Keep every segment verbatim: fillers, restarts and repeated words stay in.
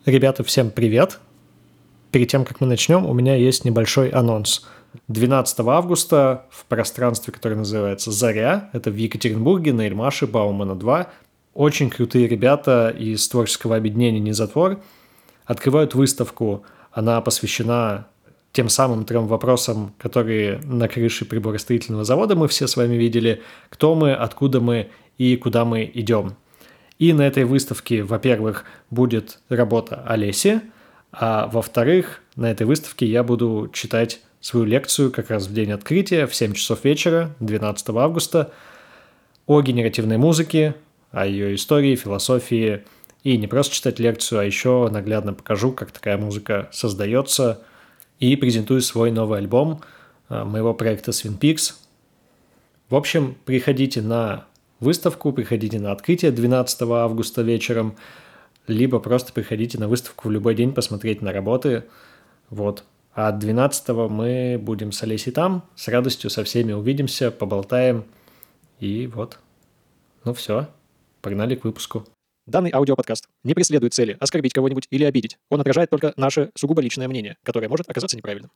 Ребята, всем привет! Перед тем, как мы начнем, у меня есть небольшой анонс. двенадцатого августа в пространстве, которое называется «Заря», это в Екатеринбурге, на Ильмаше, Баумана два, очень крутые ребята из творческого объединения «Незатвор» открывают выставку. Она посвящена тем самым трем вопросам, которые на крыше приборостроительного завода мы все с вами видели. Кто мы, откуда мы и куда мы идем. И на этой выставке, во-первых, будет работа Олеси, а во-вторых, на этой выставке я буду читать свою лекцию как раз в день открытия в семь часов вечера, двенадцатого августа, о генеративной музыке, о ее истории, философии. И не просто читать лекцию, а еще наглядно покажу, как такая музыка создается, и презентую свой новый альбом моего проекта Swing Peaks. В общем, приходите на выставку, приходите на открытие двенадцатого августа вечером, либо просто приходите на выставку в любой день посмотреть на работы. Вот. А двенадцатого мы будем с Олесей там, с радостью со всеми увидимся, поболтаем. И вот. Ну все, погнали к выпуску. Данный аудиоподкаст не преследует цели оскорбить кого-нибудь или обидеть. Он отражает только наше сугубо личное мнение, которое может оказаться неправильным.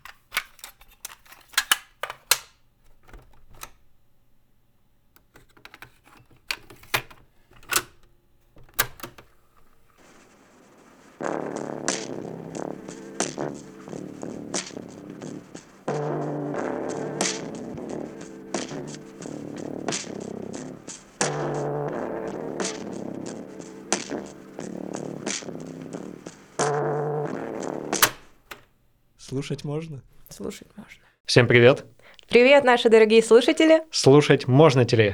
Слушать можно? Слушать можно. Всем привет. Привет, наши дорогие слушатели. Слушать можно ли?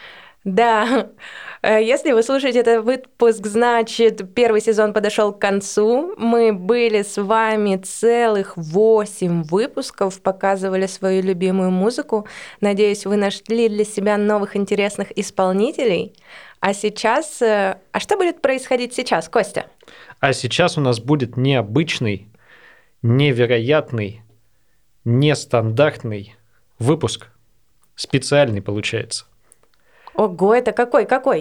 Да, если вы слушаете этот выпуск, значит, первый сезон подошел к концу. Мы были с вами целых восемь выпусков, показывали свою любимую музыку. Надеюсь, вы нашли для себя новых интересных исполнителей. А сейчас... А что будет происходить сейчас, Костя? А сейчас у нас будет необычный, невероятный, нестандартный выпуск. Специальный получается. Ого, это какой, какой?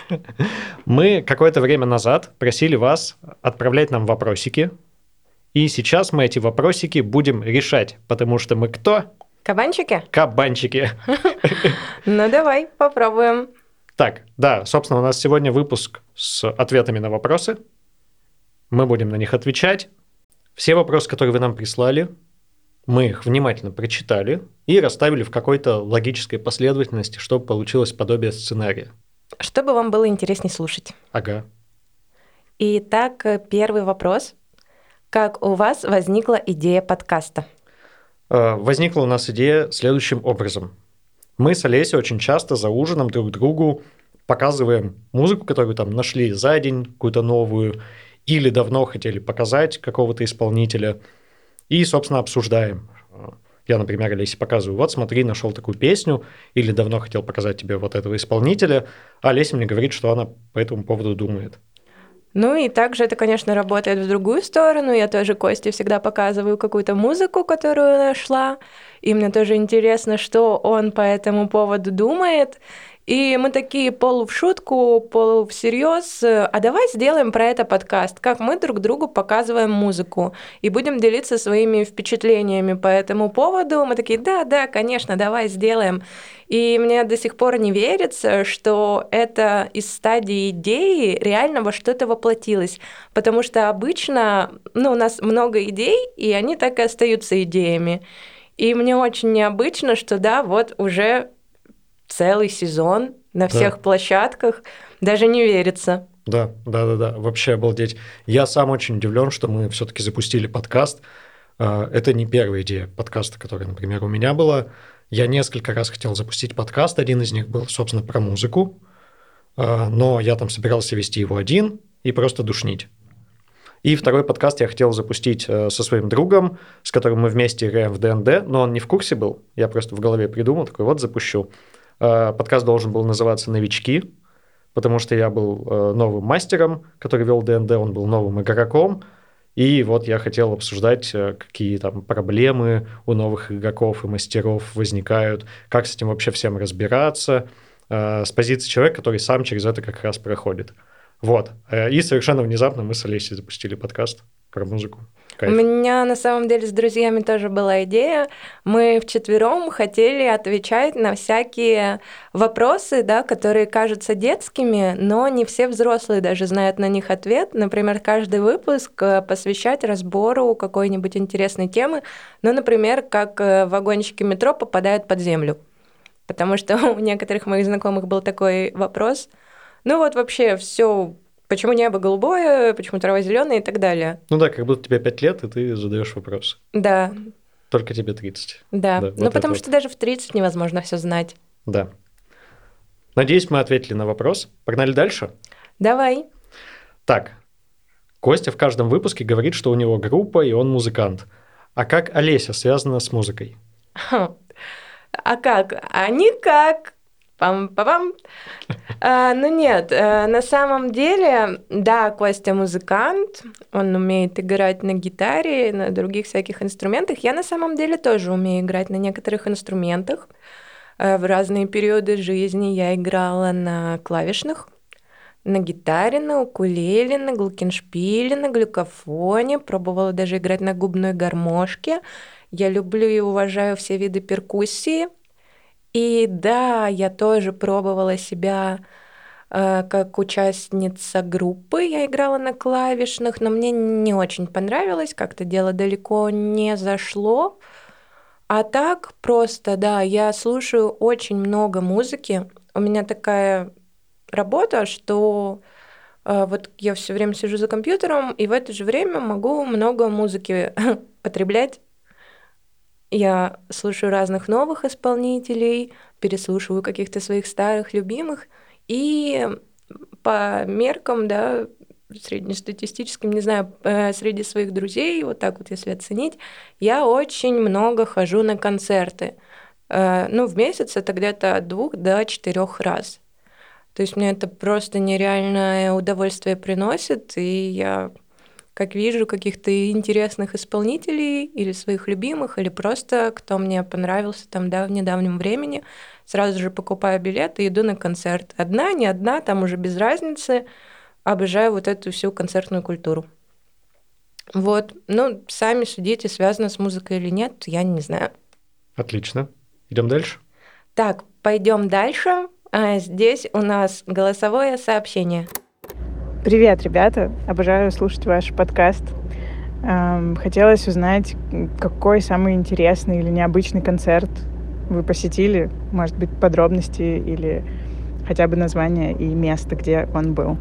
Мы какое-то время назад просили вас отправлять нам вопросики, и сейчас мы эти вопросики будем решать, потому что мы кто? Кабанчики? Кабанчики. Ну давай, попробуем. Так, да, собственно, у нас сегодня выпуск с ответами на вопросы. Мы будем на них отвечать. Все вопросы, которые вы нам прислали, мы их внимательно прочитали и расставили в какой-то логической последовательности, чтобы получилось подобие сценария. Чтобы вам было интереснее слушать. Ага. Итак, первый вопрос. Как у вас возникла идея подкаста? Возникла у нас идея следующим образом. Мы с Олесей очень часто за ужином друг другу показываем музыку, которую там нашли за день, какую-то новую, или давно хотели показать какого-то исполнителя, и, собственно, обсуждаем. Я, например, Олесе показываю, вот смотри, нашел такую песню, или давно хотел показать тебе вот этого исполнителя, а Олеся мне говорит, что она по этому поводу думает. Ну и также это, конечно, работает в другую сторону. Я тоже Косте всегда показываю какую-то музыку, которую нашла, и мне тоже интересно, что он по этому поводу думает. И мы такие полу в шутку, полу всерьез. А давай сделаем про это подкаст, как мы друг другу показываем музыку и будем делиться своими впечатлениями по этому поводу. Мы такие, да, да, конечно, давай сделаем. И мне до сих пор не верится, что это из стадии идеи реально во что-то воплотилось. Потому что обычно, ну, у нас много идей, и они так и остаются идеями. И мне очень необычно, что да, вот уже целый сезон на всех да. площадках, даже не верится. Да, да, да, да, вообще обалдеть. Я сам очень удивлен, что мы все-таки запустили подкаст. Это не первая идея подкаста, которая, например, у меня была. Я несколько раз хотел запустить подкаст, один из них был, собственно, про музыку, но я там собирался вести его один и просто душнить. И второй подкаст я хотел запустить со своим другом, с которым мы вместе играем в ди энд ди, но он не в курсе был, я просто в голове придумал, такой вот запущу. Подкаст должен был называться «Новички», потому что я был новым мастером, который вел ди энд ди, он был новым игроком, и вот я хотел обсуждать, какие там проблемы у новых игроков и мастеров возникают, как с этим вообще всем разбираться, с позиции человека, который сам через это как раз проходит. Вот. И совершенно внезапно мы с Олесей запустили подкаст про музыку. Кайф. У меня на самом деле с друзьями тоже была идея. Мы вчетвером хотели отвечать на всякие вопросы, да, которые кажутся детскими, но не все взрослые даже знают на них ответ. Например, каждый выпуск посвящать разбору какой-нибудь интересной темы. Ну, например, как вагончики метро попадают под землю. Потому что у некоторых моих знакомых был такой вопрос. Ну вот вообще все. Почему небо голубое, почему трава зеленая и так далее. Ну да, как будто тебе пять лет, и ты задаешь вопросы. Да. Только тебе тридцать. Да, да, ну вот потому что вот. Даже в тридцать невозможно все знать. Да. Надеюсь, мы ответили на вопрос. Погнали дальше? Давай. Так, Костя в каждом выпуске говорит, что у него группа, и он музыкант. А как Олеся связана с музыкой? А как? А никак. Пам-пам. а, ну нет, на самом деле, да, Костя музыкант, он умеет играть на гитаре, на других всяких инструментах. Я на самом деле тоже умею играть на некоторых инструментах. В разные периоды жизни я играла на клавишных, на гитаре, на укулеле, на глокеншпиле, на глюкофоне, пробовала даже играть на губной гармошке. Я люблю и уважаю все виды перкуссии. И да, я тоже пробовала себя э, как участница группы. Я играла на клавишных, но мне не очень понравилось, как-то дело далеко не зашло. А так просто, да, я слушаю очень много музыки. У меня такая работа, что э, вот я все время сижу за компьютером, и в это же время могу много музыки потреблять. Я слушаю разных новых исполнителей, переслушиваю каких-то своих старых любимых, и по меркам, да, среднестатистическим, не знаю, среди своих друзей, вот так вот если оценить, я очень много хожу на концерты. Ну, в месяц это где-то от двух до четырех раз. То есть мне это просто нереальное удовольствие приносит, и я... как вижу каких-то интересных исполнителей или своих любимых, или просто кто мне понравился там, да, в недавнем времени, сразу же покупаю билет и иду на концерт. Одна, не одна, там уже без разницы. Обожаю вот эту всю концертную культуру. Вот. Ну, сами судите, связано с музыкой или нет, я не знаю. Отлично. Идем дальше? Так, пойдем дальше. А здесь у нас голосовое сообщение. Привет, ребята! Обожаю слушать ваш подкаст. Хотелось узнать, какой самый интересный или необычный концерт вы посетили? Может быть, подробности или хотя бы название и место, где он был?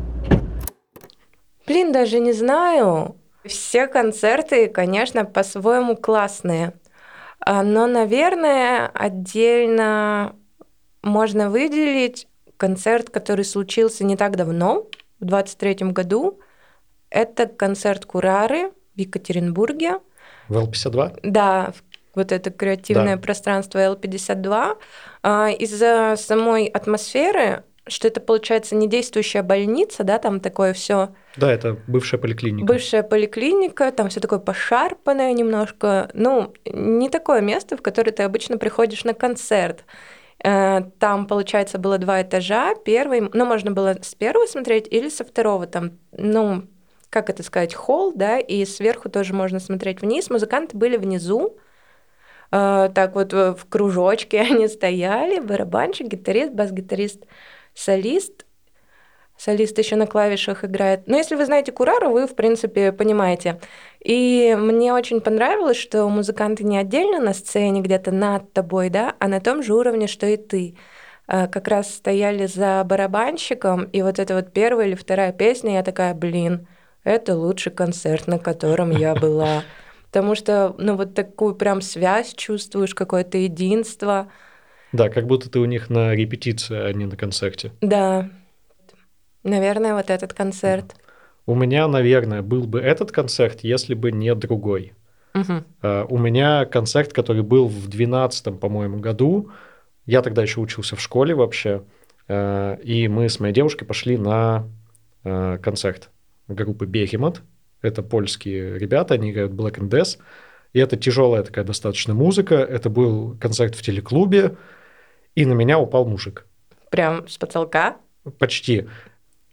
Блин, даже не знаю. Все концерты, конечно, по-своему классные. Но, наверное, отдельно можно выделить концерт, который случился не так давно, в двадцать третьем году. Это концерт Курары в Екатеринбурге. В эл пятьдесят два? Да, вот это креативное да. пространство эл пятьдесят два. Из-за самой атмосферы, что это, получается, не действующая больница, да, там такое все. Да, это бывшая поликлиника. Бывшая поликлиника, там все такое пошарпанное немножко. Ну, не такое место, в которое ты обычно приходишь на концерт. Там, получается, было два этажа. Первый, ну, можно было с первого смотреть или со второго. Там, ну, как это сказать, холл, да, и сверху тоже можно смотреть вниз. Музыканты были внизу. Так вот в кружочке они стояли. Барабанщик, гитарист, бас-гитарист, солист. Солист еще на клавишах играет. Но если вы знаете Курару, вы, в принципе, понимаете. И мне очень понравилось, что музыканты не отдельно на сцене, где-то над тобой, да, а на том же уровне, что и ты. Как раз стояли за барабанщиком, и вот эта вот первая или вторая песня, я такая, блин, это лучший концерт, на котором я была. Потому что, ну, вот такую прям связь чувствуешь, какое-то единство. Да, как будто ты у них на репетиции, а не на концерте. Да. Наверное, вот этот концерт. У меня, наверное, был бы этот концерт, если бы не другой. Угу. Uh, у меня концерт, который был в двенадцатом, по-моему, году. Я тогда еще учился в школе вообще. Uh, и мы с моей девушкой пошли на uh, концерт группы Behemoth. Это польские ребята, они играют Black and Death. И это тяжелая такая достаточно музыка. Это был концерт в телеклубе. И на меня упал мужик. Прям с потолка? Почти.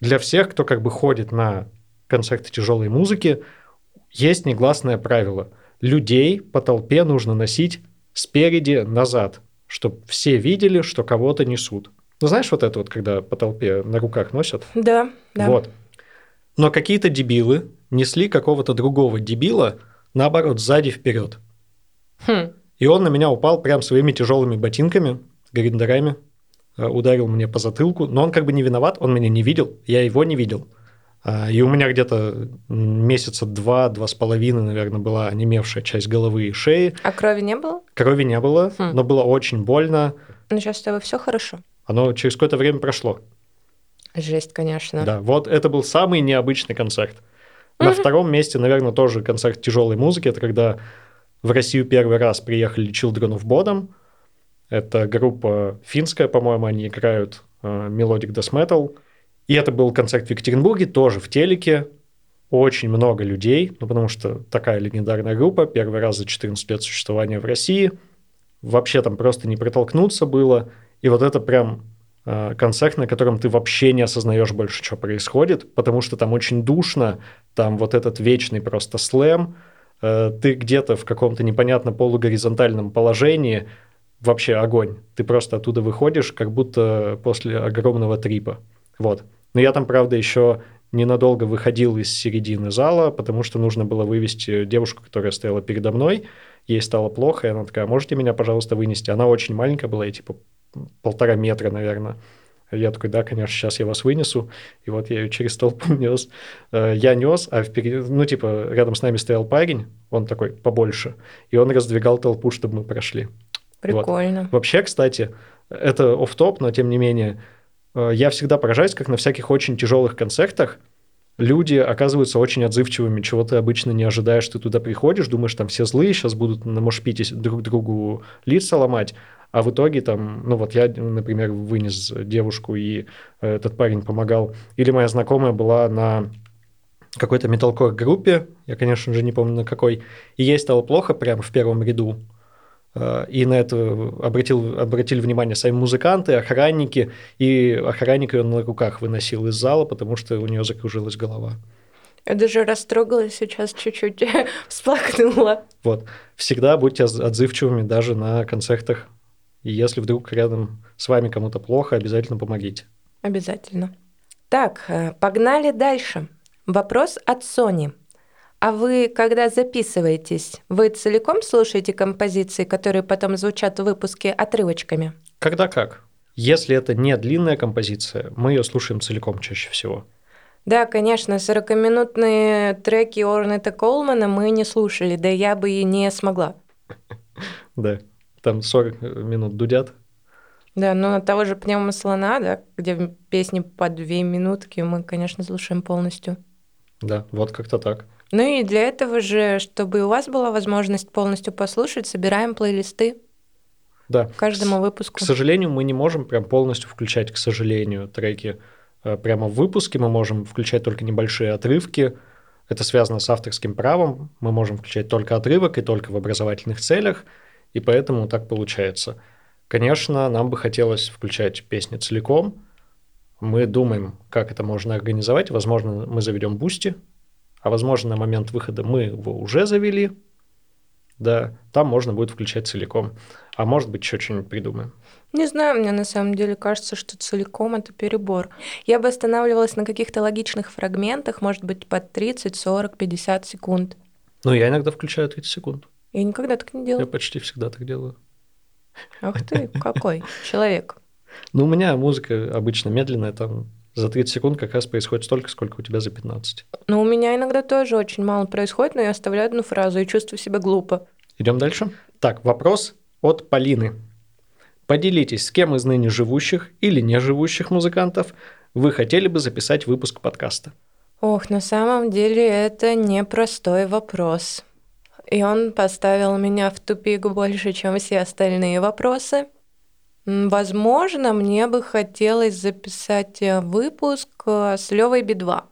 для всех, кто как бы ходит на концерты тяжелой музыки, есть негласное правило. Людей по толпе нужно носить спереди назад, чтобы все видели, что кого-то несут. Ну, знаешь, вот это вот, когда по толпе на руках носят? Да, да. Вот. Но какие-то дебилы несли какого-то другого дебила, наоборот, сзади вперед. Хм. И он на меня упал прям своими тяжелыми ботинками, гриндарами, ударил мне по затылку. Но он как бы не виноват, он меня не видел, я его не видел. И у меня где-то месяца два, два с половиной, наверное, была онемевшая часть головы и шеи. А крови не было? Крови не было, хм. но было очень больно. Ну, сейчас с тобой все хорошо. Оно через какое-то время прошло. Жесть, конечно. Да, вот это был самый необычный концерт. На Мгм. втором месте, наверное, тоже концерт тяжелой музыки. Это когда в Россию первый раз приехали Children of Bodom. Это группа финская, по-моему, они играют э, Melodic Death Metal. И это был концерт в Екатеринбурге, тоже в телеке. Очень много людей, ну, потому что такая легендарная группа, первый раз за четырнадцать лет существования в России. Вообще там просто не протолкнуться было. И вот это прям э, концерт, на котором ты вообще не осознаешь больше, что происходит, потому что там очень душно, там вот этот вечный просто слэм, э, ты где-то в каком-то непонятно полугоризонтальном положении, вообще огонь. Ты просто оттуда выходишь, как будто после огромного трипа. Вот. Но я там, правда, еще ненадолго выходил из середины зала, потому что нужно было вывести девушку, которая стояла передо мной. Ей стало плохо, и она такая: можете меня, пожалуйста, вынести? Она очень маленькая была, ей типа полтора метра, наверное. Я такой: да, конечно, сейчас я вас вынесу. И вот я ее через толпу нес. Я нес, а впереди, ну, типа, рядом с нами стоял парень, он такой побольше, и он раздвигал толпу, чтобы мы прошли. Прикольно. Вот. Вообще, кстати, это офф-топ, но тем не менее, я всегда поражаюсь, как на всяких очень тяжелых концертах люди оказываются очень отзывчивыми, чего ты обычно не ожидаешь. Ты туда приходишь, думаешь, там все злые, сейчас будут на мошпите друг другу лица ломать, а в итоге там, ну вот я, например, вынес девушку, и этот парень помогал. Или моя знакомая была на какой-то металкор-группе, я, конечно же, не помню на какой, и ей стало плохо прямо в первом ряду. И на это обратил, обратили внимание сами музыканты, охранники, и охранник ее на руках выносил из зала, потому что у нее закружилась голова. Я даже растрогалась сейчас чуть-чуть, всплакнула. Вот. Всегда будьте отзывчивыми даже на концертах. И если вдруг рядом с вами кому-то плохо, обязательно помогите. Обязательно. Так, погнали дальше. Вопрос от Сони. А вы, когда записываетесь, вы целиком слушаете композиции, которые потом звучат в выпуске отрывочками? Когда как. Если это не длинная композиция, мы ее слушаем целиком чаще всего. Да, конечно, сорокаминутные треки Орнета Колмана мы не слушали, да я бы и не смогла. Да, там сорок минут дудят. Да, но того же «Пневмослона», да, где песни по две минутки, мы, конечно, слушаем полностью. Да, вот как-то так. Ну и для этого же, чтобы у вас была возможность полностью послушать, собираем плейлисты да. к каждому выпуску. К сожалению, мы не можем прям полностью включать, к сожалению, треки прямо в выпуске. Мы можем включать только небольшие отрывки. Это связано с авторским правом. Мы можем включать только отрывок и только в образовательных целях. И поэтому так получается. Конечно, нам бы хотелось включать песни целиком. Мы думаем, как это можно организовать. Возможно, мы заведем Boosty. А возможно, на момент выхода мы его уже завели, да, там можно будет включать целиком. А может быть, еще что-нибудь придумаем. Не знаю, мне на самом деле кажется, что целиком это перебор. Я бы останавливалась на каких-то логичных фрагментах, может быть, под тридцать, сорок, пятьдесят секунд. Ну, я иногда включаю тридцать секунд. Я никогда так не делаю. Я почти всегда так делаю. Ах ты, какой человек. Ну, у меня музыка обычно медленная, там за тридцать секунд как раз происходит столько, сколько у тебя за пятнадцать. Ну, у меня иногда тоже очень мало происходит, но я оставляю одну фразу и чувствую себя глупо. Идем дальше. Так, вопрос от Полины. Поделитесь, с кем из ныне живущих или неживущих музыкантов вы хотели бы записать выпуск подкаста? Ох, на самом деле это непростой вопрос. И он поставил меня в тупик больше, чем все остальные вопросы. Возможно, мне бы хотелось записать выпуск с Лёвой Би два.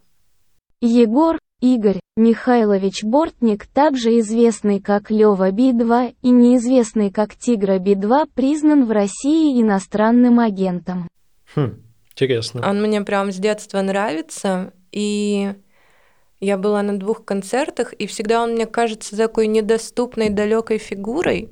Егор Игорь Михайлович Бортник, также известный как Лёва Би два и неизвестный как Тигра Би два, признан в России иностранным агентом. Хм, Интересно. Он мне прям с детства нравится, и я была на двух концертах, и всегда он мне кажется такой недоступной, далекой фигурой.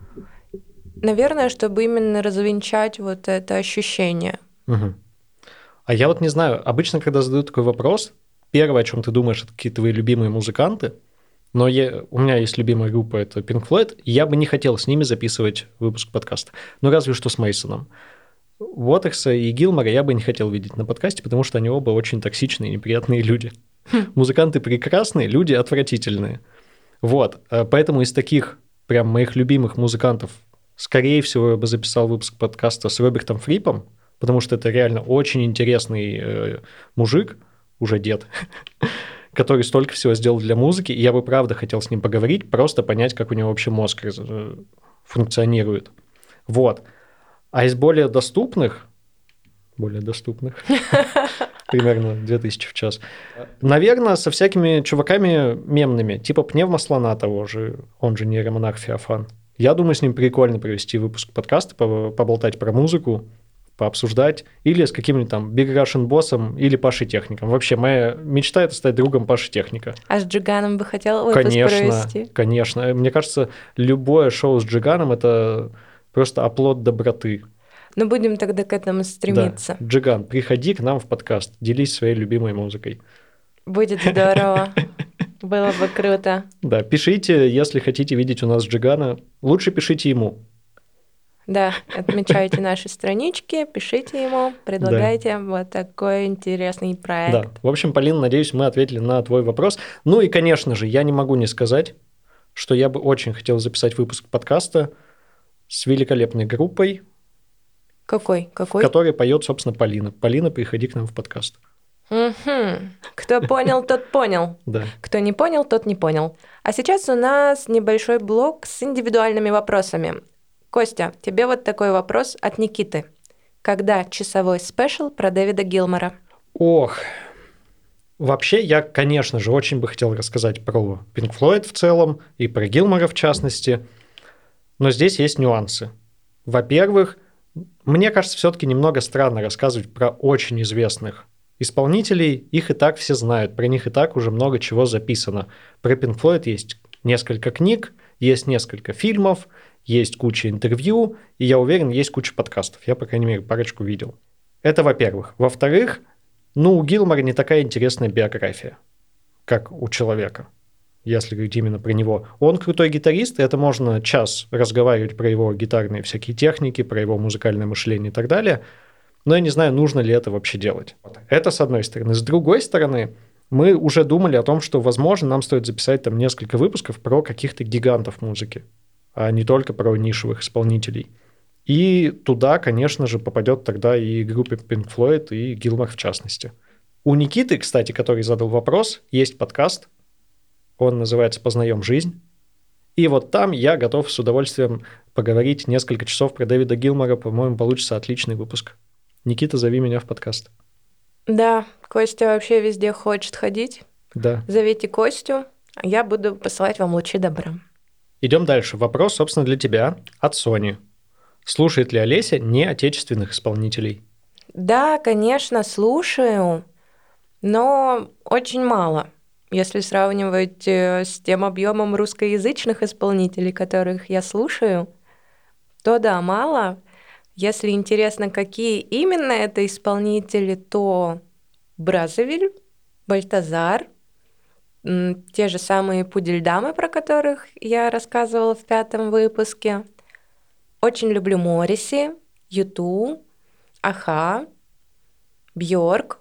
Наверное, чтобы именно развенчать вот это ощущение. Угу. А я вот не знаю, обычно, когда задают такой вопрос, первое, о чем ты думаешь, это какие твои любимые музыканты, но я, у меня есть любимая группа, это Pink Floyd, и я бы не хотел с ними записывать выпуск подкаста. Ну, разве что с Мейсоном. Уотерса и Гилмора я бы не хотел видеть на подкасте, потому что они оба очень токсичные и неприятные люди. Музыканты прекрасные, люди отвратительные. Вот, поэтому из таких прям моих любимых музыкантов, скорее всего, я бы записал выпуск подкаста с Робертом Фрипом, потому что это реально очень интересный э, мужик, уже дед, который столько всего сделал для музыки, и я бы правда хотел с ним поговорить, просто понять, как у него вообще мозг э, функционирует. Вот. А из более доступных, более доступных, примерно две тысячи в час, наверное, со всякими чуваками мемными, типа Пневмослона того же, он же нейромонарх Феофан. Я думаю, с ним прикольно провести выпуск подкаста, поболтать про музыку, пообсуждать, или с каким-нибудь там Big Russian боссом или Пашей Техником. Вообще, моя мечта – это стать другом Паши Техника. А с Джиганом бы хотел выпуск конечно, провести? Конечно, мне кажется, любое шоу с Джиганом – это просто оплот доброты. Ну, будем тогда к этому стремиться. Да. Джиган, приходи к нам в подкаст, делись своей любимой музыкой. Будет здорово. Было бы круто. Да, пишите, если хотите видеть у нас Джигана. Лучше пишите ему. Да, отмечайте наши странички, пишите ему, предлагайте да. вот такой интересный проект. Да, в общем, Полина, надеюсь, мы ответили на твой вопрос. Ну и, конечно же, я не могу не сказать, что я бы очень хотел записать выпуск подкаста с великолепной группой. Какой? Какой? В которой поет, собственно, Полина. Полина, приходи к нам в подкаст. Угу. Кто понял, тот понял. Да. Кто не понял, тот не понял. А сейчас у нас небольшой блок с индивидуальными вопросами. Костя, тебе вот такой вопрос от Никиты. Когда часовой спешл про Дэвида Гилмора? Ох, вообще я, конечно же, очень бы хотел рассказать про Pink Floyd в целом и про Гилмора в частности, но здесь есть нюансы. Во-первых, мне кажется, все-таки немного странно рассказывать про очень известных исполнителей, их и так все знают, про них и так уже много чего записано. Про Pink Floyd есть несколько книг, есть несколько фильмов, есть куча интервью, и я уверен, есть куча подкастов. Я, по крайней мере, парочку видел. Это во-первых. Во-вторых, ну, у Гилмора не такая интересная биография, как у человека, если говорить именно про него. Он крутой гитарист, и это можно час разговаривать про его гитарные всякие техники, про его музыкальное мышление и так далее, но я не знаю, нужно ли это вообще делать. Это с одной стороны. С другой стороны, мы уже думали о том, что, возможно, нам стоит записать там несколько выпусков про каких-то гигантов музыки, а не только про нишевых исполнителей. И туда, конечно же, попадет тогда и группа Pink Floyd, и Гилмор в частности. У Никиты, кстати, который задал вопрос, есть подкаст, он называется «Познаем жизнь». И вот там я готов с удовольствием поговорить несколько часов про Дэвида Гилмора, по-моему, получится отличный выпуск. Никита, зови меня в подкаст. Да, Костя вообще везде хочет ходить. Да. Зовите Костю, а я буду посылать вам лучи добра. Идем дальше. Вопрос, собственно, для тебя от Сони. Слушает ли Олеся не отечественных исполнителей? Да, конечно, слушаю, но очень мало. Если сравнивать с тем объемом русскоязычных исполнителей, которых я слушаю, то да, мало. Если интересно, какие именно это исполнители, то Бразовиль, Бальтазар, те же самые Пудельдамы, про которых я рассказывала в пятом выпуске. Очень люблю Морриси, Юту, Аха, Бьорк,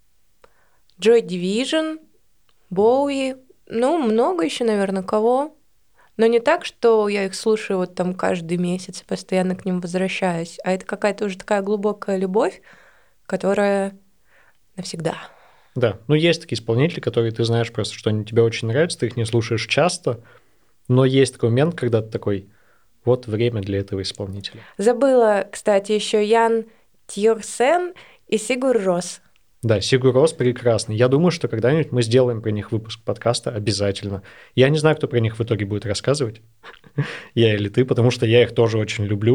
Joy Division, Боуи. Ну, много еще, наверное, кого. Но не так, что я их слушаю вот там каждый месяц и постоянно к ним возвращаюсь, а это какая-то уже такая глубокая любовь, которая навсегда. Да, ну есть такие исполнители, которые ты знаешь просто, что они тебе очень нравятся, ты их не слушаешь часто, но есть такой момент, когда ты такой, вот время для этого исполнителя. Забыла, кстати, еще Ян Тьорсен и Сигур Рос. Да, Сигур Рос прекрасный. Я думаю, что когда-нибудь мы сделаем про них выпуск подкаста обязательно. Я не знаю, кто про них в итоге будет рассказывать, я или ты, потому что я их тоже очень люблю,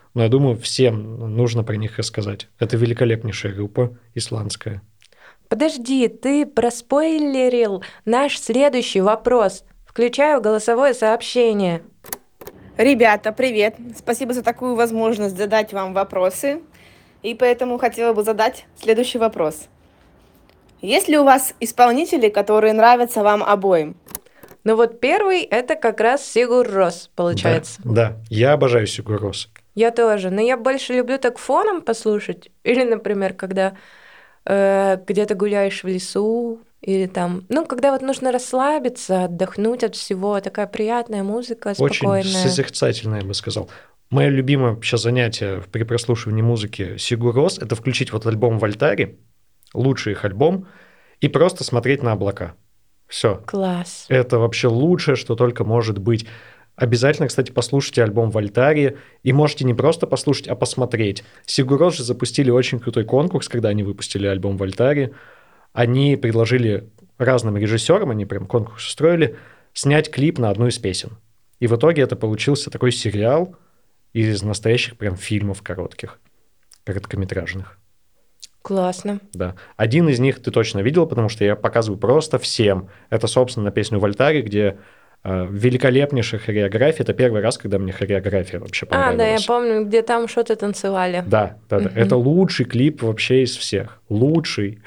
но я думаю, всем нужно про них рассказать. Это великолепнейшая группа исландская. Подожди, ты проспойлерил наш следующий вопрос. Включаю голосовое сообщение. Ребята, привет! Спасибо за такую возможность задать вам вопросы. И поэтому хотела бы задать следующий вопрос. Есть ли у вас исполнители, которые нравятся вам обоим? Ну вот первый — это как раз Сигур Рос, получается. Да, да, я обожаю Сигур Рос. Я тоже, но я больше люблю так фоном послушать. Или, например, когда э, где-то гуляешь в лесу, или там, ну, когда вот нужно расслабиться, отдохнуть от всего, такая приятная музыка, спокойная. Очень созерцательная, я бы сказал. Мое любимое вообще занятие при прослушивании музыки Сигур Рос — это включить вот альбом Вальтари, лучший их альбом, и просто смотреть на облака. Все. Класс. Это вообще лучшее, что только может быть. Обязательно, кстати, послушайте альбом Вальтари, и можете не просто послушать, а посмотреть. Сигур Рос же запустили очень крутой конкурс, когда они выпустили альбом Вальтари. Они предложили разным режиссерам, они прям конкурс устроили, снять клип на одну из песен. И в итоге это получился такой сериал из настоящих прям фильмов коротких, короткометражных. Классно. Да. Один из них ты точно видел, потому что я показываю просто всем. Это, собственно, на песню Вальтари, где э, великолепнейшая хореография. Это первый раз, когда мне хореография вообще понравилась. А, да, я помню, где там что-то танцевали. Да, да, да. Это лучший клип вообще из всех. Лучший.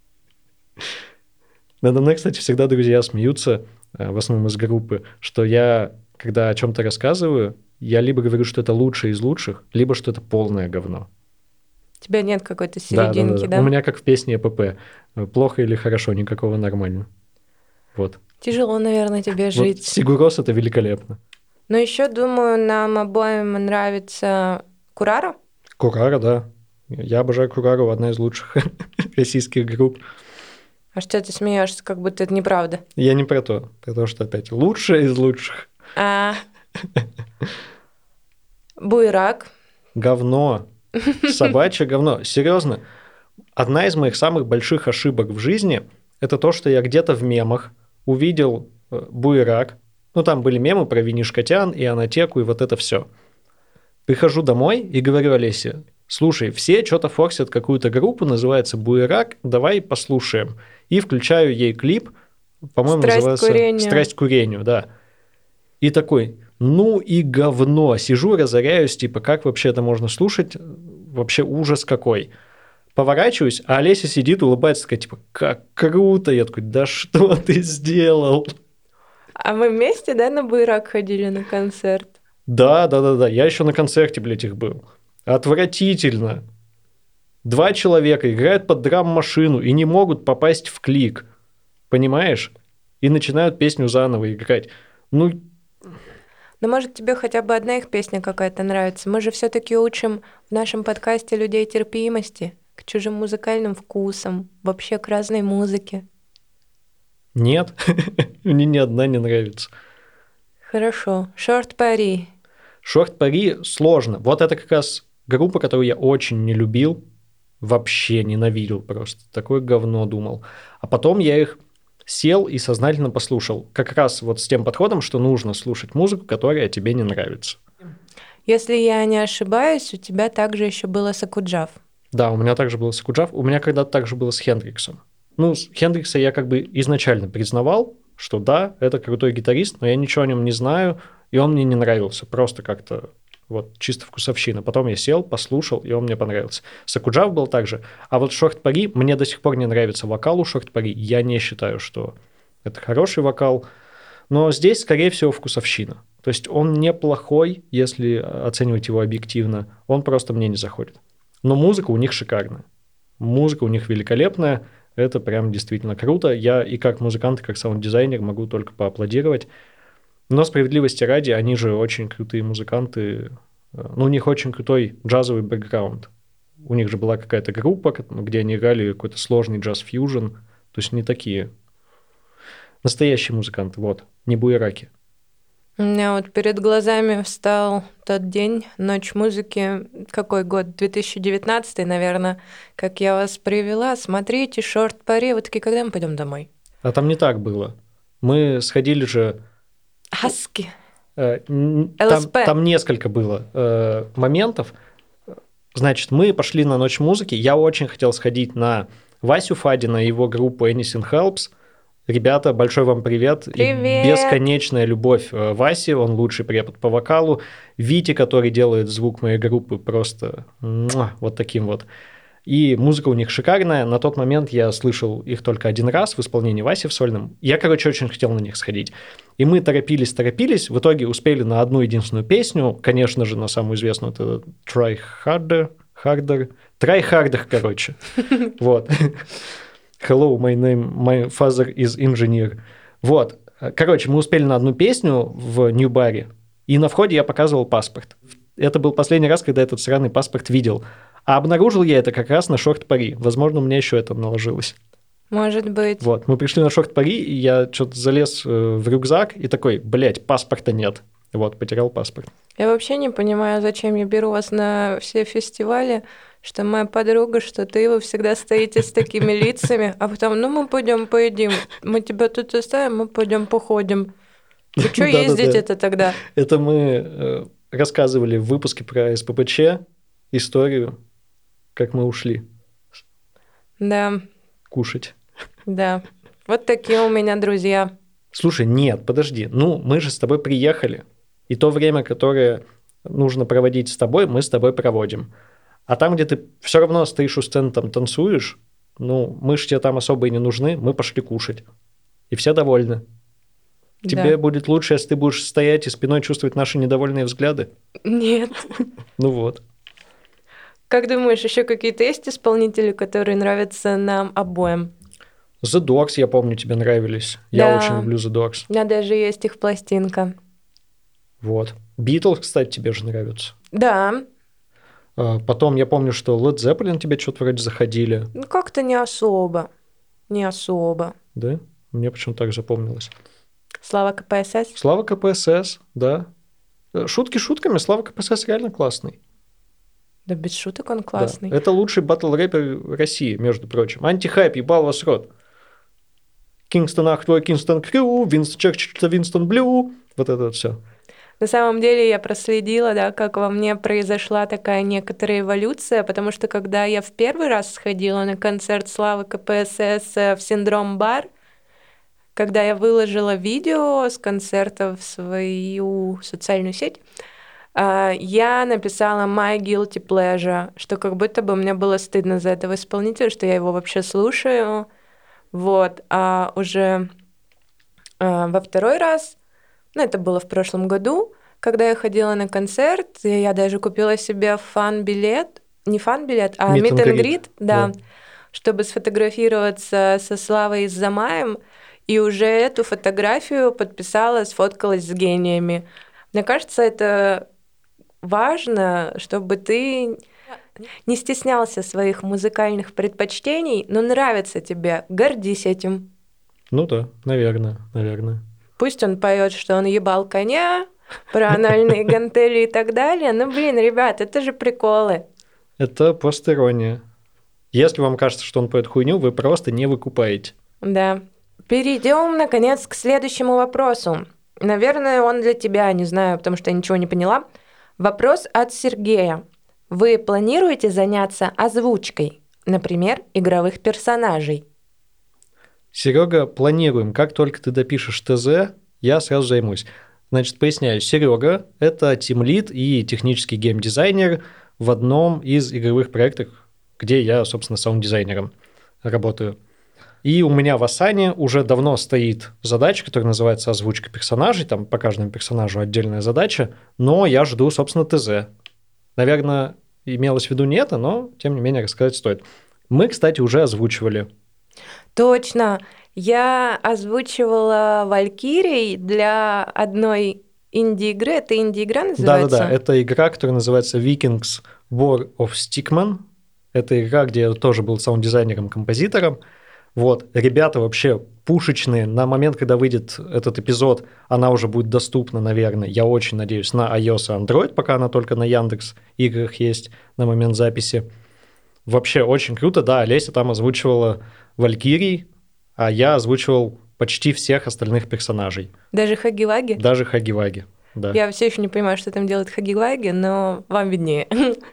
Надо мной, кстати, всегда друзья смеются, в основном из группы, что я, когда о чем-то рассказываю, я либо говорю, что это лучшее из лучших, либо что это полное говно. У тебя нет какой-то серединки, да, да, да. да? У меня как в песне ЭПП. Плохо или хорошо, никакого нормально. Вот. Тяжело, наверное, тебе жить. Вот Сигур Рос — это великолепно. Но еще, думаю, нам обоим нравится Курара. Курара, да. Я обожаю Курару, одна из лучших российских групп. А что ты смеешься, как будто это неправда? Я не про то, про то, что опять лучшая из лучших. А. Буерак. Говно. Собачье говно. Серьезно. Одна из моих самых больших ошибок в жизни – это то, что я где-то в мемах увидел Буерак. Ну, там были мемы про Винишкотян и Анатеку, и вот это все. Прихожу домой и говорю Олесе: слушай, все что-то форсят какую-то группу, называется Буерак, давай послушаем. И включаю ей клип, по-моему, «Страсть называется к курению». «Страсть к курению», да. И такой, ну и говно. Сижу, разоряюсь, типа, как вообще это можно слушать? Вообще ужас какой. Поворачиваюсь, а Олеся сидит, улыбается, такая, типа, как круто. Я такой, да что ты сделал? А мы вместе, да, на Буерак ходили на концерт? Да, да, да, да. Я еще на концерте, блядь, их был. Отвратительно. Два человека играют под драм-машину и не могут попасть в клик. Понимаешь? И начинают песню заново играть. Ну... Ну, может, тебе хотя бы одна их песня какая-то нравится? Мы же все-таки учим в нашем подкасте людей терпимости к чужим музыкальным вкусам, вообще к разной музыке. Нет, мне ни одна не нравится. Хорошо. Шорт Пари. Шорт Пари сложно. Вот это как раз группа, которую я очень не любил, вообще ненавидел просто. Такое говно думал. А потом я их сел и сознательно послушал. Как раз вот с тем подходом, что нужно слушать музыку, которая тебе не нравится. Если я не ошибаюсь, у тебя также еще было с Акуджав. Да, у меня также было с Акуджав. У меня когда-то также было с Хендриксом. Ну, с Хендрикса я как бы изначально признавал, что да, это крутой гитарист, но я ничего о нем не знаю, и он мне не нравился. Просто как-то вот чисто вкусовщина. Потом я сел, послушал, и он мне понравился. С Акуджав был так же. А вот Шорт Пари, мне до сих пор не нравится вокал у Шорт Пари. Я не считаю, что это хороший вокал. Но здесь, скорее всего, вкусовщина. То есть он неплохой, если оценивать его объективно. Он просто мне не заходит. Но музыка у них шикарная. Музыка у них великолепная. Это прям действительно круто. Я и как музыкант, и как саунд-дизайнер могу только поаплодировать. Но справедливости ради, они же очень крутые музыканты. Ну, у них очень крутой джазовый бэкграунд. У них же была какая-то группа, где они играли какой-то сложный джаз-фьюжн. То есть не такие настоящие музыканты, вот, не буераки. У меня вот перед глазами встал тот день, ночь музыки, какой год, две тысячи девятнадцатый, наверное, как я вас привела, смотрите, Шорт Пари, вы такие, когда мы пойдем домой? А там не так было. Мы сходили же... Хаски. Э, н- Там, ЛСП. там несколько было э, моментов. Значит, мы пошли на Ночь музыки. Я очень хотел сходить на Васю Фадина и его группу Anything Helps. Ребята, большой вам привет. Привет! И бесконечная любовь э, Васе, он лучший препод по вокалу. Вите, который делает звук моей группы, просто муа, вот таким вот. И музыка у них шикарная. На тот момент я слышал их только один раз в исполнении Васи в сольном. Я, короче, очень хотел на них сходить. И мы торопились, торопились. В итоге успели на одну единственную песню. Конечно же, на самую известную. Это Try Harder. Harder. Try Harder, короче. Вот. Hello, my name, my father is engineer. Вот. Короче, мы успели на одну песню в Нью-Баре. И на входе я показывал паспорт. Это был последний раз, когда этот сраный паспорт видел. А обнаружил я это как раз на шорт-пари. Возможно, у меня еще это наложилось. Может быть. Вот, мы пришли на шорт-пари, и я что-то залез в рюкзак и такой, блядь, паспорта нет. Вот, потерял паспорт. Я вообще не понимаю, зачем я беру вас на все фестивали, что моя подруга, что ты, вы всегда стоите с такими лицами, а потом, ну, мы пойдем поедим, мы тебя тут оставим, мы пойдем походим. Вы что Да-да-да. ездите-то тогда? Это мы э, рассказывали в выпуске про СППЧ историю, как мы ушли Да, кушать. да. Вот такие у меня друзья. Слушай, нет, подожди. Ну, мы же с тобой приехали. И то время, которое нужно проводить с тобой, мы с тобой проводим. А там, где ты все равно стоишь у сцены, там танцуешь, ну, мы же тебе там особо и не нужны, мы пошли кушать. И все довольны. Тебе Да. будет лучше, если ты будешь стоять и спиной чувствовать наши недовольные взгляды. Нет. Ну вот. Как думаешь, еще какие-то есть исполнители, которые нравятся нам обоим? The Doors, я помню, тебе нравились. Я Да. очень люблю The Doors. У меня даже есть их пластинка. Вот. Beatles, кстати, тебе же нравятся. Да, А, Потом я помню, что Led Zeppelin тебе что-то вроде заходили. ну как-то не особо. Не особо. Да? Мне почему-то так запомнилось. Слава КПСС. Слава КПСС, да. Э, Шутки шутками, Слава КПСС реально классный. Да без шуток он Да. классный. Это лучший батл-рэпер России, между прочим. Антихайп, ебал вас рот. Кингстон, ах, твой Кингстон Крю, Винстон Черчилль, Винстон Блю. Вот это вот все. На самом деле я проследила, да, как во мне произошла такая некоторая эволюция, потому что когда я в первый раз сходила на концерт Славы КПСС в Синдром Бар, когда я выложила видео с концерта в свою социальную сеть, а, я написала My Guilty Pleasure, что как будто бы мне было стыдно за этого исполнителя, что я его вообще слушаю. Вот. А уже а, во второй раз, ну, это было в прошлом году, когда я ходила на концерт, и я даже купила себе фан-билет, не фан-билет, а Meet and meet and greet, greet, да, да. чтобы сфотографироваться со Славой и с Замаем, и уже эту фотографию подписала, сфоткалась с гениями. Мне кажется, это важно, чтобы ты не стеснялся своих музыкальных предпочтений, но нравится тебе, гордись этим. Ну да, наверное, наверное. Пусть он поет, что он ебал коня, про анальные гантели и так далее. Но, блин, ребят, это же приколы. Это просто ирония. Если вам кажется, что он поет хуйню, вы просто не выкупаете. Да. Перейдем, наконец, к следующему вопросу. Наверное, он для тебя, не знаю, потому что я ничего не поняла. Вопрос от Сергея. Вы планируете заняться озвучкой, например, игровых персонажей? Серега, планируем. Как только ты допишешь ТЗ, я сразу займусь. Значит, поясняю. Серега – это тимлид и технический геймдизайнер в одном из игровых проектов, где я, собственно, саунд-дизайнером работаю. И у меня в Асане уже давно стоит задача, которая называется озвучка персонажей. Там по каждому персонажу отдельная задача. Но я жду, собственно, ТЗ. Наверное, имелось в виду не это, но, тем не менее, рассказать стоит. Мы, кстати, уже озвучивали. Точно. Я озвучивала Валькирий для одной инди-игры. Это инди-игра называется? Да-да-да, это игра, которая называется Vikings War of Stickman. Это игра, где я тоже был саунд-дизайнером-композитором. Вот, ребята вообще пушечные. На момент, когда выйдет этот эпизод, она уже будет доступна, наверное, я очень надеюсь, на iOS и Android, пока она только на Яндекс играх есть на момент записи. Вообще очень круто, да, Олеся там озвучивала Валькирий, а я озвучивал почти всех остальных персонажей. Даже Хаги-Ваги? Даже Хаги-Ваги. да. Я все еще не понимаю, что там делает Хаги-Ваги, но вам виднее.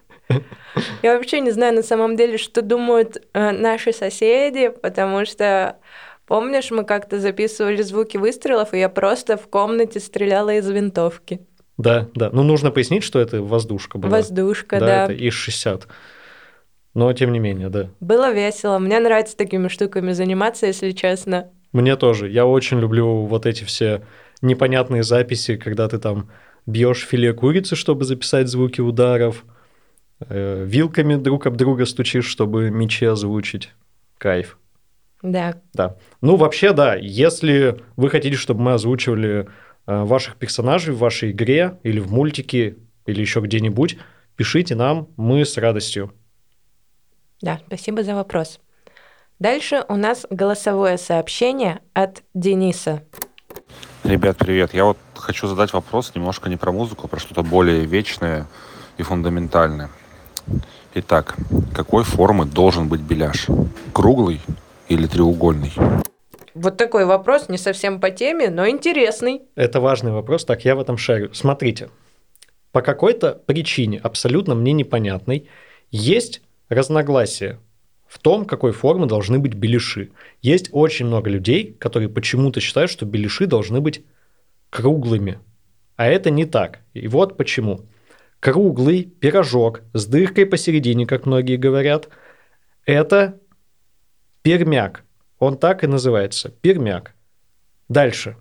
Я вообще не знаю на самом деле, что думают э, наши соседи, потому что, помнишь, мы как-то записывали звуки выстрелов, и я просто в комнате стреляла из винтовки. Да, да. Ну, нужно пояснить, что это воздушка была. Воздушка, да. да. Это ИС шестьдесят. Но, тем не менее, да. Было весело. Мне нравится такими штуками заниматься, если честно. Мне тоже. Я очень люблю вот эти все непонятные записи, когда ты там бьешь филе курицы, чтобы записать звуки ударов, э, вилками друг об друга стучишь, чтобы мечи озвучить. Кайф. Да. Да. Ну, вообще, да, если вы хотите, чтобы мы озвучивали э, ваших персонажей в вашей игре или в мультике, или еще где-нибудь, пишите нам, мы с радостью. Да, спасибо за вопрос. Дальше у нас голосовое сообщение от Дениса. Ребят, привет. Я вот хочу задать вопрос немножко не про музыку, а про что-то более вечное и фундаментальное. Итак, какой формы должен быть беляш? Круглый или треугольный? Вот такой вопрос, не совсем по теме, но интересный. Это важный вопрос, так я в этом шарю. Смотрите, по какой-то причине, абсолютно мне непонятной, есть разногласия в том, какой формы должны быть беляши. Есть очень много людей, которые почему-то считают, что беляши должны быть круглыми. А это не так. И вот почему. Круглый пирожок с дыркой посередине, как многие говорят, это пермяк. Он так и называется. Пермяк. Дальше.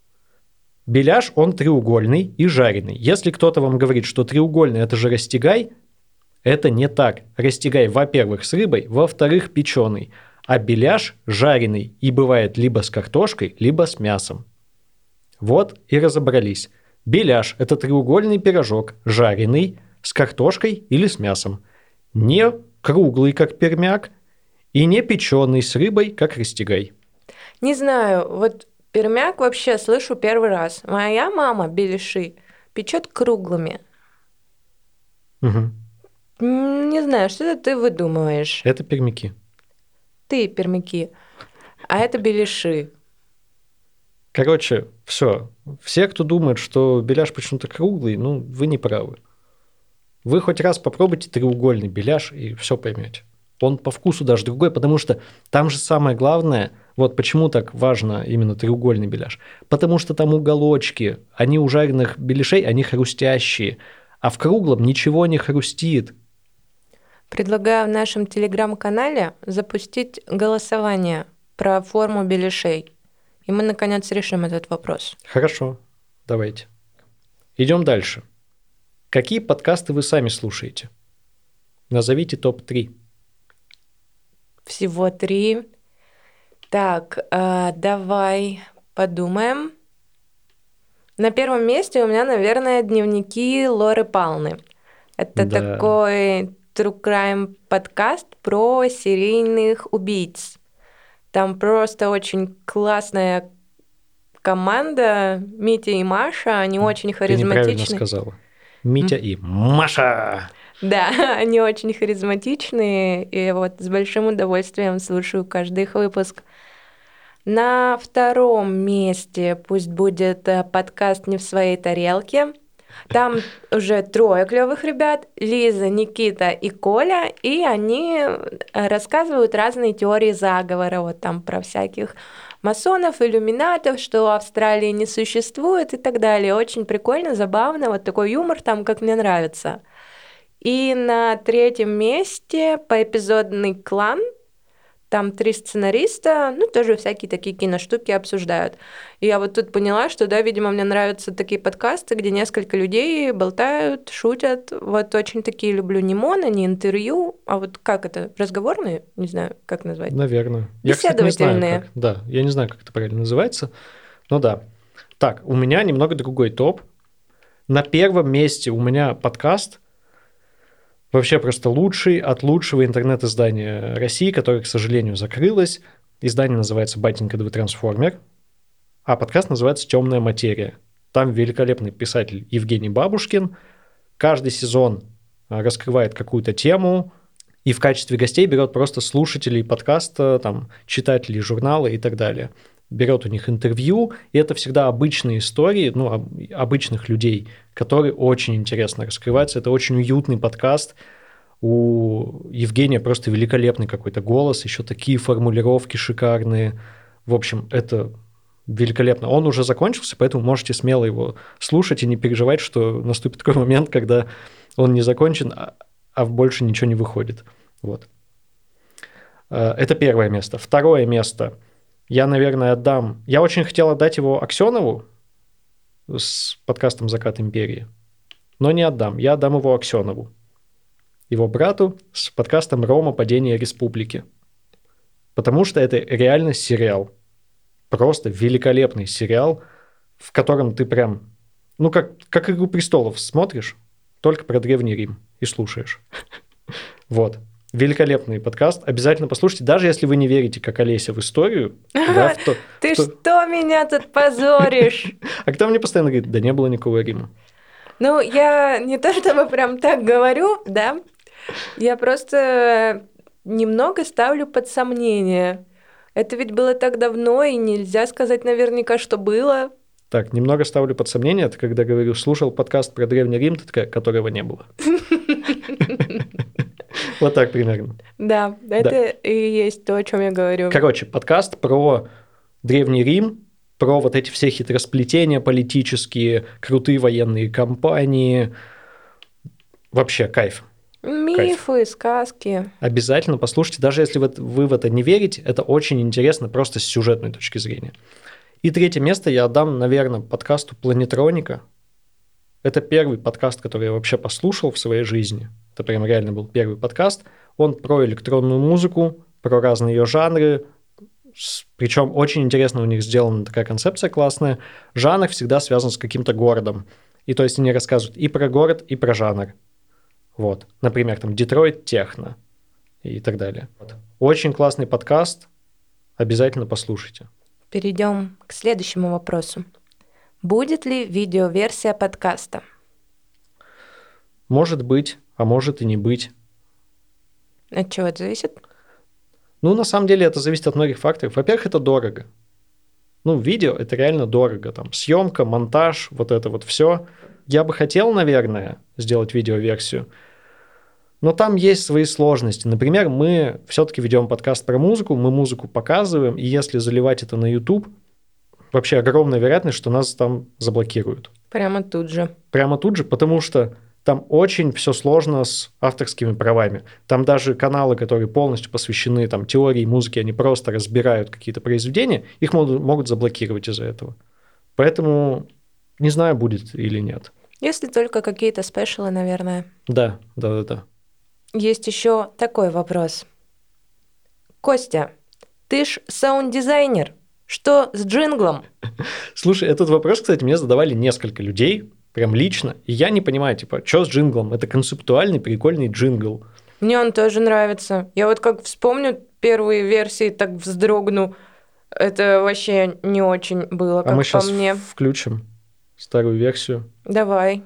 Беляш, он треугольный и жареный. Если кто-то вам говорит, что треугольный – это же растягай, это не так. Растягай, во-первых, с рыбой, во-вторых, печеный. А беляш жареный и бывает либо с картошкой, либо с мясом. Вот и разобрались. Беляш – это треугольный пирожок, жареный с картошкой или с мясом. Не круглый, как пермяк, и не печеный с рыбой, как растягай. Не знаю, вот пермяк вообще слышу первый раз. Моя мама беляши печет круглыми. Угу. Не знаю, что это ты выдумываешь. Это пермяки. Ты пермяки, а это беляши. Короче, все. Все, кто думает, что беляш почему-то круглый, ну, вы не правы. Вы хоть раз попробуйте треугольный беляш, и все поймете. Он по вкусу даже другой, потому что там же самое главное, вот почему так важно именно треугольный беляш. Потому что там уголочки, они у жареных беляшей, они хрустящие, а в круглом ничего не хрустит. Предлагаю в нашем телеграм-канале запустить голосование про форму беляшей. И мы, наконец, решим этот вопрос. Хорошо, давайте. Идем дальше. Какие подкасты вы сами слушаете? Назовите топ три. Всего три. Так, э, давай подумаем. На первом месте у меня, наверное, дневники Лоры Палны. Это Да. такой true crime подкаст про серийных убийц. Там просто очень классная команда. Митя и Маша, они очень Ты неправильно харизматичны. сказала. Митя и Маша. Да, они очень харизматичные, и вот с большим удовольствием слушаю каждый их выпуск. На втором месте пусть будет э, подкаст «Не в своей тарелке». Там уже трое клевых ребят: Лиза, Никита и Коля, и они рассказывают разные теории заговора, вот там про всяких масонов, иллюминатов, что Австралии не существует и так далее. Очень прикольно, забавно, вот такой юмор там, как мне нравится. И на третьем месте поэпизодный клан. Там три сценариста, ну, тоже всякие такие киноштуки обсуждают. И я вот тут поняла, что, да, видимо, мне нравятся такие подкасты, где несколько людей болтают, шутят. Вот очень такие люблю. Не моно, не интервью, а вот как это, разговорные? Не знаю, как назвать. Наверное. Я, кстати, не знаю, Беседовательные. как. Да, я не знаю, как это правильно называется. Но да. Так, у меня немного другой топ. На первом месте у меня подкаст, вообще просто лучший от лучшего интернет-издания России, которое, к сожалению, закрылось. Издание называется «Батенька да трансформер», а подкаст называется «Темная материя». Там великолепный писатель Евгений Бабушкин. Каждый сезон раскрывает какую-то тему и в качестве гостей берет просто слушателей подкаста, там, читателей журнала и так далее. берет у них интервью, и это всегда обычные истории, ну, об- обычных людей, которые очень интересно раскрываются. Это очень уютный подкаст. У Евгения просто великолепный какой-то голос, еще такие формулировки шикарные. В общем, это великолепно. Он уже закончился, поэтому можете смело его слушать и не переживать, что наступит такой момент, когда он не закончен, а, а больше ничего не выходит. Вот. Э, Это первое место. Второе место я, наверное, отдам... Я очень хотел отдать его Аксенову с подкастом «Закат империи», но не отдам. Я отдам его Аксенову, его брату, с подкастом «Рома. Падение республики». Потому что это реально сериал. Просто великолепный сериал, в котором ты прям... Ну, как, как «Игру престолов» смотришь, только про Древний Рим и слушаешь. Вот. Великолепный подкаст. Обязательно послушайте, даже если вы не верите, как Олеся, в историю. Да, в то, Ты в то... что меня тут позоришь? А кто мне постоянно говорит, да не было никакого Рима. Ну, я не то чтобы прям так говорю, да, я просто немного ставлю под сомнение. Это ведь было так давно, и нельзя сказать наверняка, что было. Так, немного ставлю под сомнение, это когда говорю, слушал подкаст про Древний Рим, ты такая, которого не было. Вот так примерно. Да, это и есть то, о чем я говорю. Короче, подкаст про Древний Рим, про вот эти все хитросплетения политические, крутые военные кампании. Вообще кайф. Мифы, сказки. Обязательно послушайте, даже если вы, вы в это не верите, это очень интересно просто с сюжетной точки зрения. И третье место я отдам, наверное, подкасту «Планетроника». Это первый подкаст, который я вообще послушал в своей жизни. Это прям реально был первый подкаст. Он про электронную музыку, про разные ее жанры. Причем очень интересно у них сделана такая концепция классная. Жанр всегда связан с каким-то городом. И то есть они рассказывают и про город, и про жанр. Вот. Например, там Детройт техно и так далее. Вот. Очень классный подкаст. Обязательно послушайте. Перейдем к следующему вопросу. Будет ли видеоверсия подкаста? Может быть, а может и не быть. От чего это зависит? Ну, на самом деле, это зависит от многих факторов. Во-первых, это дорого. Ну, видео – это реально дорого. Там съемка, монтаж, вот это вот все. Я бы хотел, наверное, сделать видеоверсию, но там есть свои сложности. Например, мы все-таки ведем подкаст про музыку, мы музыку показываем, и если заливать это на YouTube, вообще огромная вероятность, что нас там заблокируют. Прямо тут же. Прямо тут же, потому что там очень все сложно с авторскими правами. Там даже каналы, которые полностью посвящены там, теории музыки, они просто разбирают какие-то произведения, их могут, могут заблокировать из-за этого. Поэтому не знаю, будет или нет. Если только какие-то спешалы, наверное. Да, да, да, да. Есть еще такой вопрос. Костя, ты ж саунд-дизайнер. Что с джинглом? Слушай, этот вопрос, кстати, мне задавали несколько людей, прям лично, и я не понимаю, типа, что с джинглом? Это концептуальный, прикольный джингл. Мне он тоже нравится. Я вот как вспомню первые версии, так вздрогну. Это вообще не очень было, как а мы по сейчас мне. включим старую версию. Давай.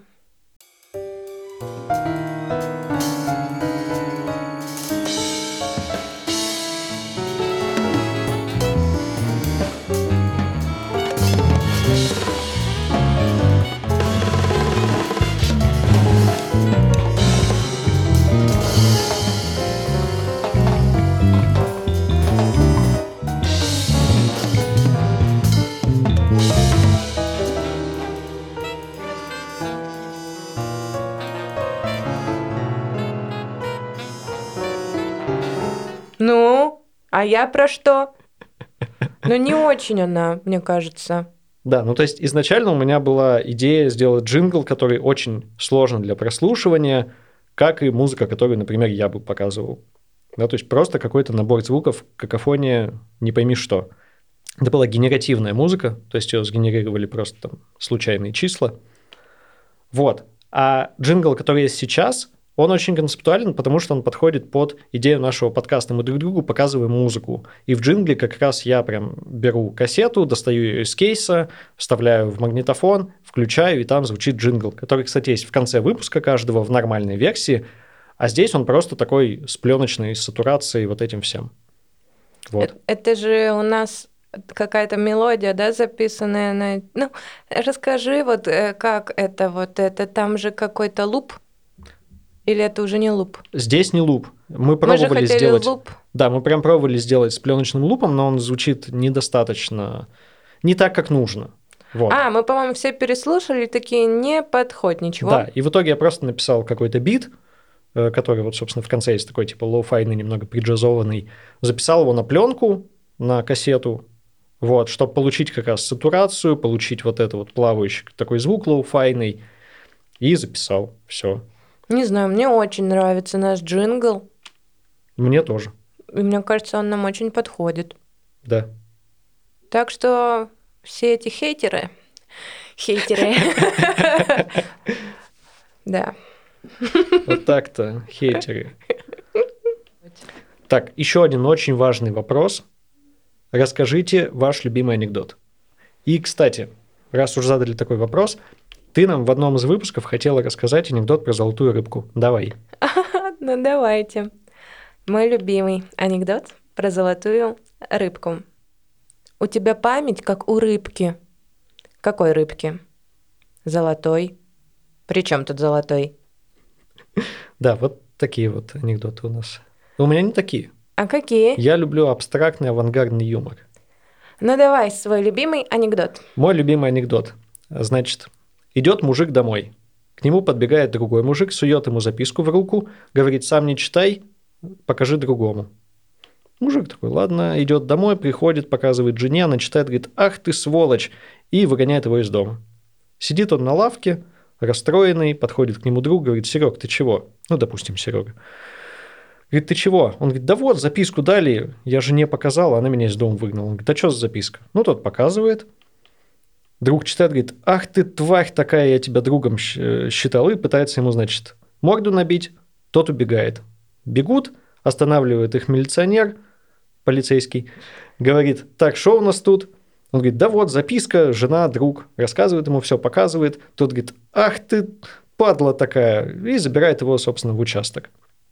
Ну, а я про что? Ну, не очень она, мне кажется. Да, ну то есть изначально у меня была идея сделать джингл, который очень сложен для прослушивания, как и музыка, которую, например, я бы показывал. Да, то есть просто какой-то набор звуков, какофония, не пойми что. Это была генеративная музыка, то есть ее сгенерировали просто там случайные числа. Вот. А джингл, который есть сейчас, он очень концептуален, потому что он подходит под идею нашего подкаста. Мы друг другу показываем музыку. И в джингле как раз я прям беру кассету, достаю ее из кейса, вставляю в магнитофон, включаю, и там звучит джингл, который, кстати, есть в конце выпуска каждого в нормальной версии. А здесь он просто такой с пленочной сатурацией, вот этим всем. Вот. Это же у нас какая-то мелодия, да, записанная на... Ну, расскажи, вот э, как это вот, это там же какой-то луп? Или это уже не луп? Здесь не луп. Мы Мы же пробовали хотели сделать... луп. Да, мы прям пробовали сделать с пленочным лупом, но он звучит недостаточно... Не так, как нужно. Вот. А, мы, по-моему, все переслушали, такие, не подходит ничего. Да, и в итоге я просто написал какой-то бит, э, который вот, собственно, в конце есть такой, типа, лоу-файный, немного приджазованный. Записал его на пленку, на кассету, вот, чтобы получить как раз сатурацию, получить вот это вот плавающий такой звук лоу-файный, и записал. Все. Не знаю, мне очень нравится наш джингл, Мне тоже, и мне кажется, он нам очень подходит. да. Так что все эти хейтеры, хейтеры, да. Вот так-то, хейтеры. Так, еще один очень важный вопрос. Расскажите ваш любимый анекдот. И, кстати, раз уж задали такой вопрос, ты нам в одном из выпусков хотела рассказать анекдот про золотую рыбку. Давай. Ну, давайте. Мой любимый анекдот про золотую рыбку. У тебя память, как у рыбки. Какой рыбки? Золотой. При чем тут золотой? Да, вот такие вот анекдоты у нас. У меня не такие. А какие? Я люблю абстрактный авангардный юмор. Ну, давай свой любимый анекдот. Мой любимый анекдот. Значит, идет мужик домой. К нему подбегает другой мужик, сует ему записку в руку, говорит, сам не читай, покажи другому. Мужик такой, ладно, идет домой, приходит, показывает жене, она читает, говорит, ах ты сволочь, и выгоняет его из дома. Сидит он на лавке, расстроенный, подходит к нему друг, говорит, Серег, ты чего? Ну, допустим, Серега. Говорит, ты чего? Он говорит, да вот, записку дали, я жене показал, она меня из дома выгнала. Он говорит, а что за записка? Ну, тот показывает. Друг читает, говорит, ах ты тварь такая, я тебя другом считал, и пытается ему, значит, морду набить, тот убегает. Бегут, останавливает их милиционер, полицейский, говорит, так, что у нас тут? Он говорит, да вот, записка, жена, друг, рассказывает ему все, показывает. Тот говорит, ах ты падла такая, и забирает его, собственно, в участок.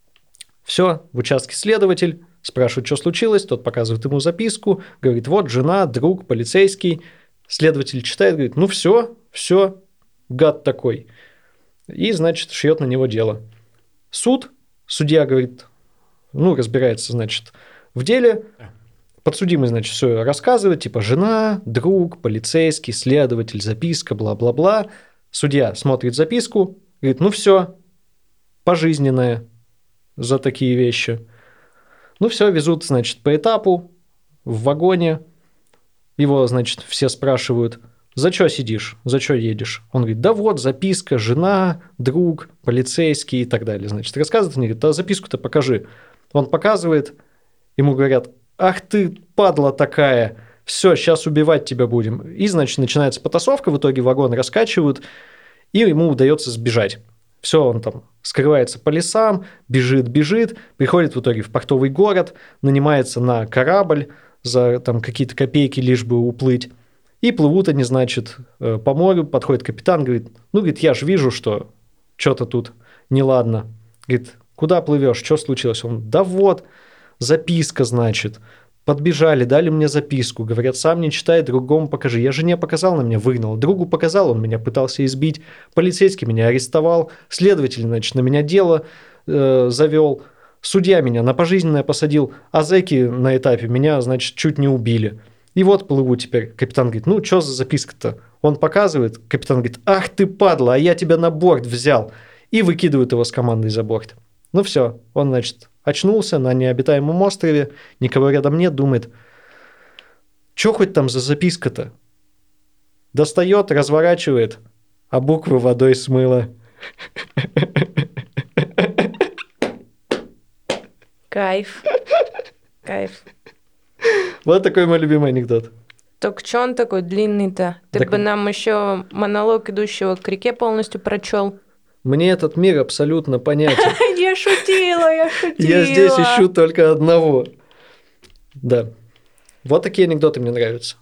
Все, в участке следователь, спрашивает, что случилось, тот показывает ему записку, говорит, вот, жена, друг, полицейский. Следователь читает, говорит, ну все, все, гад такой. И, значит, шьет на него дело. Суд, судья говорит, ну, разбирается, значит, в деле. Подсудимый, значит, все рассказывает, типа жена, друг, полицейский, следователь, записка, бла-бла-бла. Судья смотрит записку, говорит, ну все, пожизненное за такие вещи. Ну все, везут, значит, по этапу, в вагоне. Его, значит, все спрашивают, за что сидишь, за что едешь? Он говорит, да вот, записка, жена, друг, полицейский и так далее. Значит, рассказывает, он говорит, а записку-то покажи. Он показывает, ему говорят, ах ты, падла такая, все, сейчас убивать тебя будем. И, значит, начинается потасовка, в итоге вагон раскачивают, и ему удается сбежать. Все, он там скрывается по лесам, бежит, бежит, приходит в итоге в портовый город, нанимается на корабль за там какие-то копейки, лишь бы уплыть. И плывут они, значит, по морю, подходит капитан, говорит, ну, говорит, я же вижу, что что-то тут неладно. Говорит, куда плывешь, что случилось? Он, да вот, записка, значит. Подбежали, дали мне записку. Говорят, сам не читай, другому покажи. Я жене показал, на меня выгнал. Другу показал, он меня пытался избить. Полицейский меня арестовал. Следователь, значит, на меня дело э, завел. Судья меня на пожизненное посадил. А зэки на этапе меня, значит, чуть не убили. И вот плыву теперь. Капитан говорит, ну, что за записка-то? Он показывает. Капитан говорит, ах ты падла, а я тебя на борт взял. И выкидывает его с командой за борт. Ну все, он, значит, очнулся на необитаемом острове, никого рядом нет, думает, что хоть там за записка-то? Достает, разворачивает, а буквы водой смыло. Кайф. Кайф. Вот такой мой любимый анекдот. Так что он такой длинный-то? Ты Так- бы нам еще монолог идущего к реке полностью прочел. Мне этот мир абсолютно понятен. Я шутила, я шутила. Я здесь ищу только одного. Да. Вот такие анекдоты мне нравятся.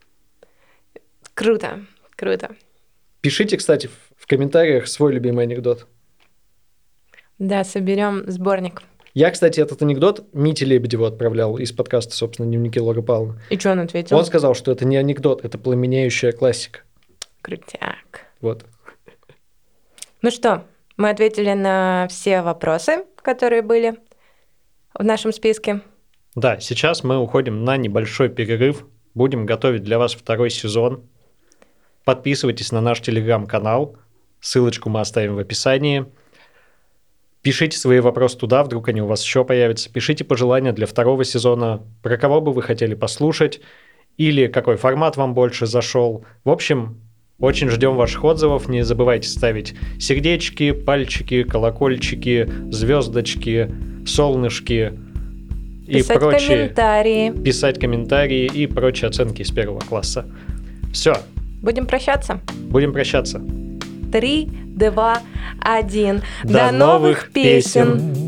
Круто, круто. Пишите, кстати, в- в комментариях свой любимый анекдот. Да, соберем сборник. Я, кстати, этот анекдот Мите Лебедеву отправлял из подкаста, собственно, «Дневники Лоры Павловны». И что он ответил? Он сказал, что это не анекдот, это пламенеющая классика. Крутяк. Вот. Ну что, мы ответили на все вопросы, которые были в нашем списке. Да, сейчас мы уходим на небольшой перерыв. Будем готовить для вас второй сезон. Подписывайтесь на наш телеграм-канал. Ссылочку мы оставим в описании. Пишите свои вопросы туда, вдруг они у вас еще появятся. Пишите пожелания для второго сезона, про кого бы вы хотели послушать, или какой формат вам больше зашел. В общем, очень ждем ваших отзывов. Не забывайте ставить сердечки, пальчики, колокольчики, звездочки, солнышки и Писать прочие. комментарии. Писать комментарии и прочие оценки из первого класса. Все, Будем прощаться. будем прощаться. Три, два, один. До новых песен.